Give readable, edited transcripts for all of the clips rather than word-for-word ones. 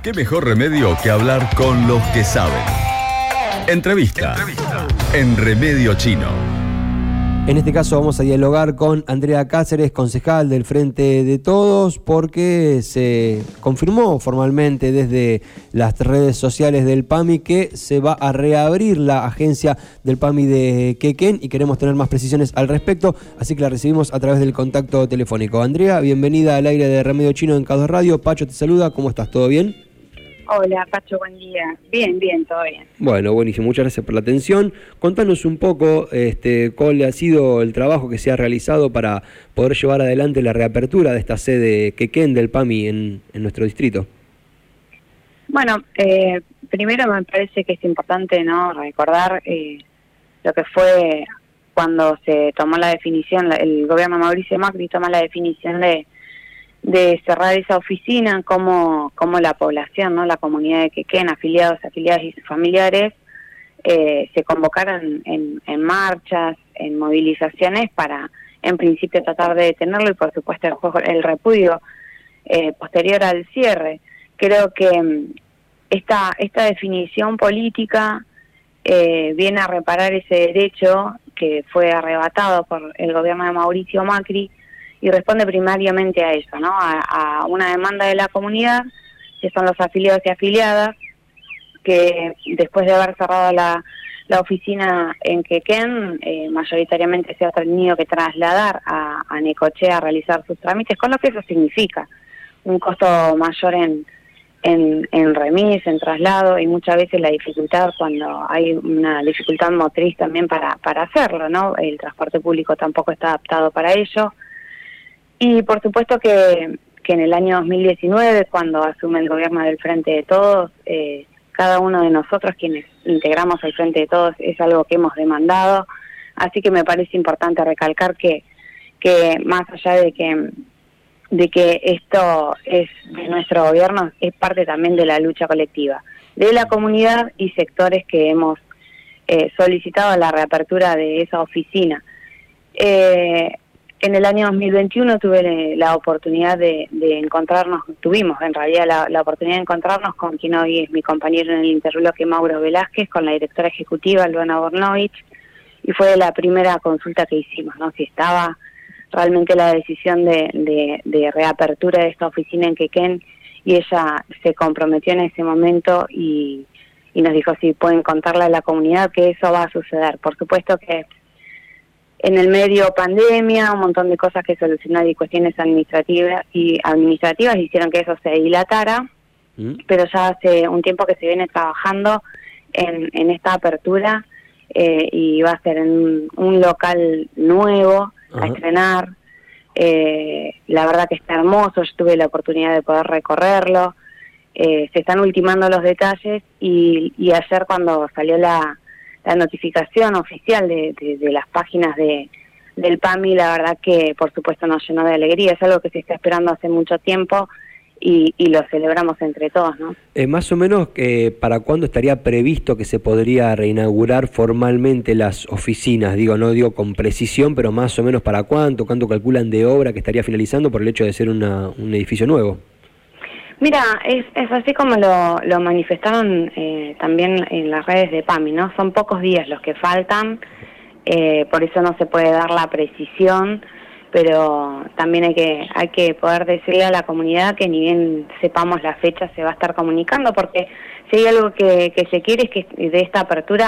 ¿Qué mejor remedio que hablar con los que saben? Entrevista en Remedio Chino. En este caso vamos a dialogar con Andrea Cáceres, concejal del Frente de Todos, porque se confirmó formalmente desde las redes sociales del PAMI que se va a reabrir la agencia del PAMI de Quequén y queremos tener más precisiones al respecto, así que la recibimos a través del contacto telefónico. Andrea, bienvenida al aire de Remedio Chino en K2 Radio. Pacho te saluda, ¿cómo estás? ¿Todo bien? Hola, Pacho, buen día. Bien, todo bien. Bueno, buenísimo, muchas gracias por la atención. Contanos un poco cuál ha sido el trabajo que se ha realizado para poder llevar adelante la reapertura de esta sede Quequén del PAMI en nuestro distrito. Bueno, primero me parece que es importante, ¿no?, recordar lo que fue cuando se tomó la definición, el gobierno de Mauricio Macri toma la definición de cerrar esa oficina, como la población, ¿no?, la comunidad de Quequén, afiliados, afiliadas y sus familiares, se convocaron en marchas, en movilizaciones para, en principio, tratar de detenerlo y, por supuesto, el repudio posterior al cierre. Creo que esta definición política viene a reparar ese derecho que fue arrebatado por el gobierno de Mauricio Macri, y responde primariamente a eso, ¿no?, a una demanda de la comunidad, que son los afiliados y afiliadas, que después de haber cerrado la oficina en Quequén, mayoritariamente se ha tenido que trasladar a Necochea a realizar sus trámites, con lo que eso significa un costo mayor en remis, en traslado, y muchas veces la dificultad cuando hay una dificultad motriz también para hacerlo, ¿no? El transporte público tampoco está adaptado para ello. Y por supuesto que en el año 2019, cuando asume el gobierno del Frente de Todos, cada uno de nosotros quienes integramos el Frente de Todos es algo que hemos demandado, así que me parece importante recalcar que más allá de que esto es de nuestro gobierno, es parte también de la lucha colectiva de la comunidad y sectores que hemos solicitado la reapertura de esa oficina. En el año 2021 tuve la oportunidad tuvimos en realidad la oportunidad de encontrarnos con quien hoy es mi compañero en el interbloque, Mauro Velázquez, con la directora ejecutiva, Luana Bornovich, y fue la primera consulta que hicimos, ¿no?, si estaba realmente la decisión de reapertura de esta oficina en Quequén, y ella se comprometió en ese momento y nos dijo si pueden contarle a la comunidad que eso va a suceder. Por supuesto que en el medio pandemia, un montón de cosas que solucionar y cuestiones administrativas hicieron que eso se dilatara, pero ya hace un tiempo que se viene trabajando en esta apertura, y va a ser en un local nuevo a estrenar. La verdad que está hermoso, yo tuve la oportunidad de poder recorrerlo, se están ultimando los detalles y ayer cuando salió la notificación oficial de las páginas del PAMI, la verdad que por supuesto nos llenó de alegría. Es algo que se está esperando hace mucho tiempo y lo celebramos entre todos, ¿no? Más o menos, ¿para cuándo estaría previsto que se podría reinaugurar formalmente las oficinas? No digo con precisión, pero más o menos ¿para cuánto calculan de obra que estaría finalizando por el hecho de ser un edificio nuevo? Mira, es así como lo manifestaron también en las redes de PAMI, ¿no? Son pocos días los que faltan, por eso no se puede dar la precisión, pero también hay que poder decirle a la comunidad que ni bien sepamos la fecha se va a estar comunicando, porque si hay algo que se quiere es que de esta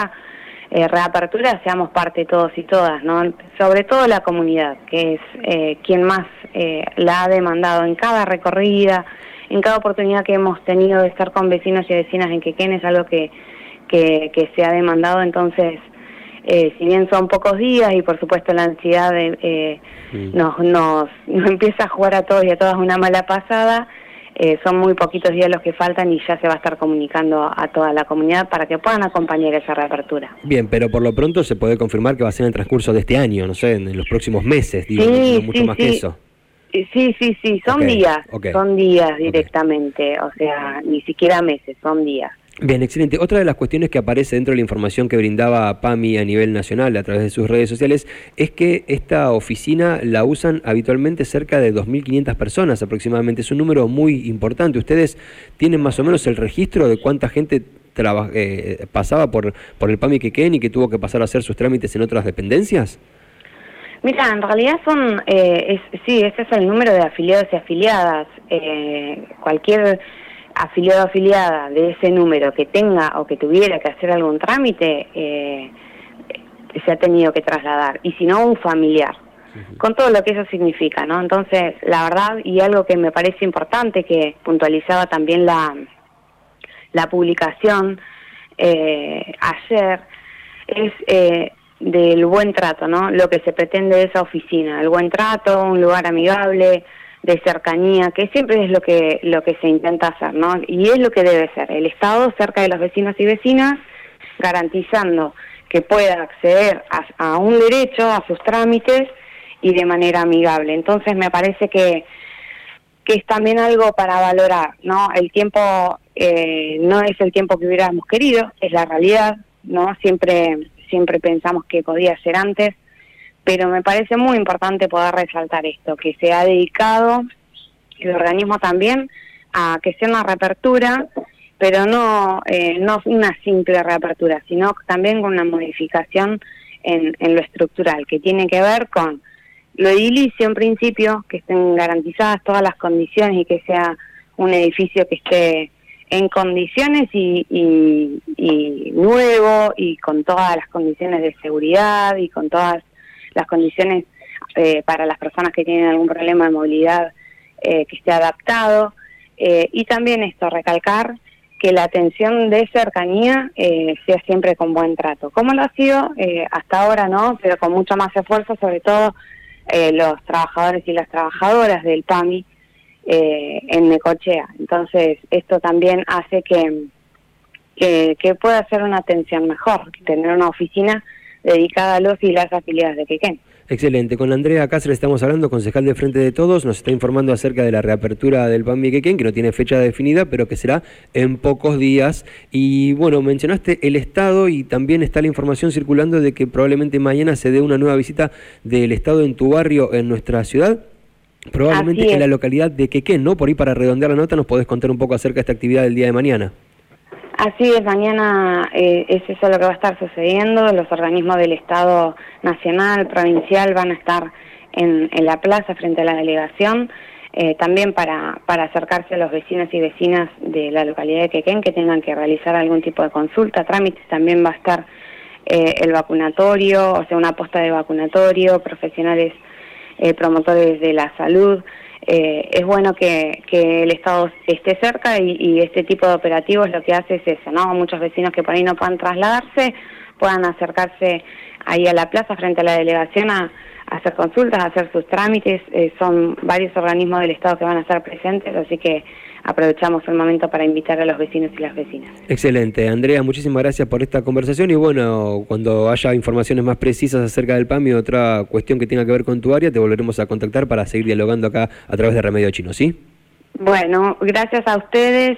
reapertura seamos parte todos y todas, ¿no? Sobre todo la comunidad, que es quien más la ha demandado en cada recorrida, en cada oportunidad que hemos tenido de estar con vecinos y vecinas en Quequén. Es algo que se ha demandado. Entonces, si bien son pocos días y por supuesto la ansiedad nos empieza a jugar a todos y a todas una mala pasada, son muy poquitos días los que faltan y ya se va a estar comunicando a toda la comunidad para que puedan acompañar esa reapertura. Bien, pero por lo pronto se puede confirmar que va a ser en el transcurso de este año, no sé, en los próximos meses, no mucho más que eso. Sí, son días, son días directamente, o sea, ni siquiera meses, son días. Bien, excelente. Otra de las cuestiones que aparece dentro de la información que brindaba PAMI a nivel nacional a través de sus redes sociales es que esta oficina la usan habitualmente cerca de 2.500 personas aproximadamente. Es un número muy importante. ¿Ustedes tienen más o menos el registro de cuánta gente pasaba por el PAMI Quequén y que tuvo que pasar a hacer sus trámites en otras dependencias? Mira, en realidad sí, ese es el número de afiliados y afiliadas. Cualquier afiliado o afiliada de ese número que tenga o que tuviera que hacer algún trámite, se ha tenido que trasladar, y si no, un familiar, con todo lo que eso significa, ¿no? Entonces, la verdad, y algo que me parece importante, que puntualizaba también la publicación ayer, es del buen trato, ¿no? Lo que se pretende de esa oficina, el buen trato, un lugar amigable, de cercanía, que siempre es lo que se intenta hacer, ¿no? Y es lo que debe ser, el Estado cerca de los vecinos y vecinas, garantizando que pueda acceder a un derecho, a sus trámites, y de manera amigable. Entonces me parece que es también algo para valorar, ¿no? El tiempo no es el tiempo que hubiéramos querido, es la realidad, ¿no? Siempre pensamos que podía ser antes, pero me parece muy importante poder resaltar esto, que se ha dedicado el organismo también a que sea una reapertura, pero no una simple reapertura, sino también con una modificación en lo estructural, que tiene que ver con lo edilicio en principio, que estén garantizadas todas las condiciones y que sea un edificio que esté en condiciones y nuevo, y con todas las condiciones de seguridad y con todas las condiciones para las personas que tienen algún problema de movilidad, que esté adaptado, y también esto, recalcar que la atención de cercanía sea siempre con buen trato, como lo ha sido hasta ahora, ¿no? Pero con mucho más esfuerzo, sobre todo los trabajadores y las trabajadoras del PAMI en Necochea. Entonces, esto también hace que pueda ser una atención mejor, tener una oficina dedicada a los y las afiliadas de Quequén. Excelente. Con Andrea Cáceres estamos hablando, concejal de Frente de Todos, nos está informando acerca de la reapertura del PAMI Quequén, que no tiene fecha definida, pero que será en pocos días. Y bueno, mencionaste el Estado y también está la información circulando de que probablemente mañana se dé una nueva visita del Estado en tu barrio, en nuestra ciudad, probablemente en la localidad de Quequén, ¿no? Por ahí, para redondear la nota, ¿nos podés contar un poco acerca de esta actividad del día de mañana? Así es, mañana es eso lo que va a estar sucediendo. Los organismos del Estado nacional, provincial, van a estar en la plaza frente a la delegación, también para acercarse a los vecinos y vecinas de la localidad de Quequén que tengan que realizar algún tipo de consulta, trámites. También va a estar el vacunatorio, o sea, una posta de vacunatorio, profesionales promotores de la salud. Es bueno que el Estado esté cerca y este tipo de operativos lo que hace es eso, ¿no? Muchos vecinos que por ahí no puedan trasladarse, puedan acercarse ahí a la plaza frente a la delegación a hacer consultas, a hacer sus trámites. Son varios organismos del Estado que van a estar presentes, así que aprovechamos el momento para invitar a los vecinos y las vecinas. Excelente. Andrea, muchísimas gracias por esta conversación y bueno, cuando haya informaciones más precisas acerca del PAMI, otra cuestión que tenga que ver con tu área, te volveremos a contactar para seguir dialogando acá a través de Remedio Chino, ¿sí? Bueno, gracias a ustedes,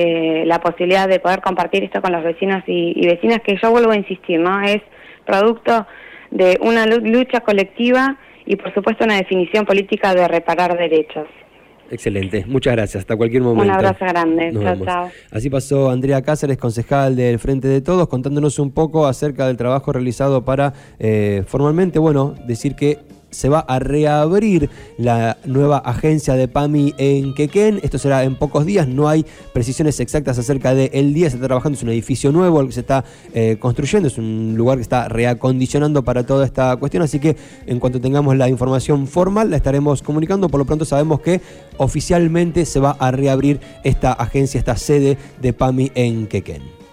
la posibilidad de poder compartir esto con los vecinos y vecinas, que yo vuelvo a insistir, ¿no? Es producto de una lucha colectiva y por supuesto una definición política de reparar derechos. Excelente, muchas gracias, hasta cualquier momento. Un abrazo grande, chao, chao. Así pasó Andrea Cáceres, concejal del Frente de Todos, contándonos un poco acerca del trabajo realizado para formalmente, bueno, decir que se va a reabrir la nueva agencia de PAMI en Quequén. Esto será en pocos días, no hay precisiones exactas acerca del día. Se está trabajando, es un edificio nuevo el que se está construyendo, es un lugar que está reacondicionando para toda esta cuestión, así que en cuanto tengamos la información formal la estaremos comunicando. Por lo pronto sabemos que oficialmente se va a reabrir esta agencia, esta sede de PAMI en Quequén.